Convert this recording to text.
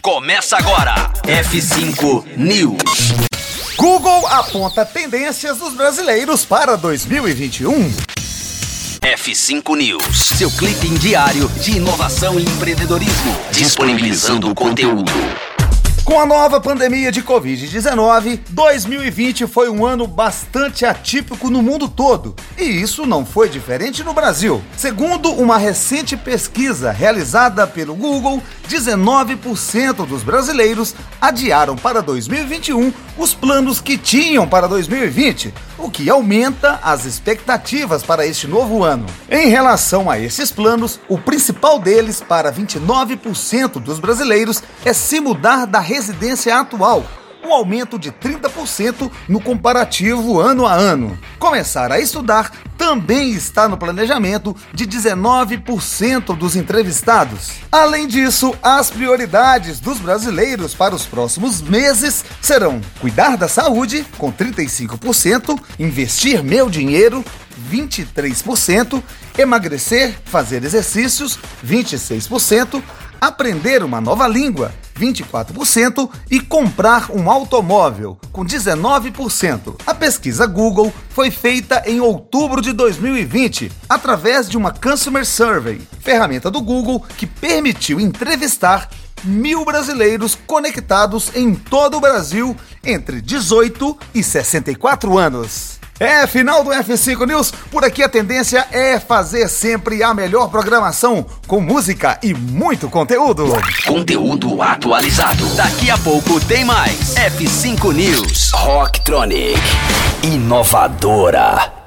Começa agora. F5 News. Google aponta tendências dos brasileiros para 2021. F5 News, seu clipe diário de inovação e empreendedorismo, disponibilizando o conteúdo. Com a nova pandemia de Covid-19, 2020 foi um ano bastante atípico no mundo todo. E isso não foi diferente no Brasil. Segundo uma recente pesquisa realizada pelo Google, 19% dos brasileiros adiaram para 2021 os planos que tinham para 2020, o que aumenta as expectativas para este novo ano. Em relação a esses planos, o principal deles para 29% dos brasileiros é se mudar da residência atual, um aumento de 30% no comparativo ano a ano. Começar a estudar também está no planejamento de 19% dos entrevistados. Além disso, as prioridades dos brasileiros para os próximos meses serão cuidar da saúde, com 35%, investir meu dinheiro, 23%, emagrecer, fazer exercícios, 26%, aprender uma nova língua, 24%, e comprar um automóvel, com 19%. A pesquisa Google foi feita em outubro de 2020, através de uma Customer Survey, ferramenta do Google que permitiu entrevistar 1.000 brasileiros conectados em todo o Brasil entre 18 e 64 anos. Final do F5 News. Por aqui a tendência é fazer sempre a melhor programação, com música e muito conteúdo. Conteúdo atualizado. Daqui a pouco tem mais. F5 News. Rocktronic. Inovadora.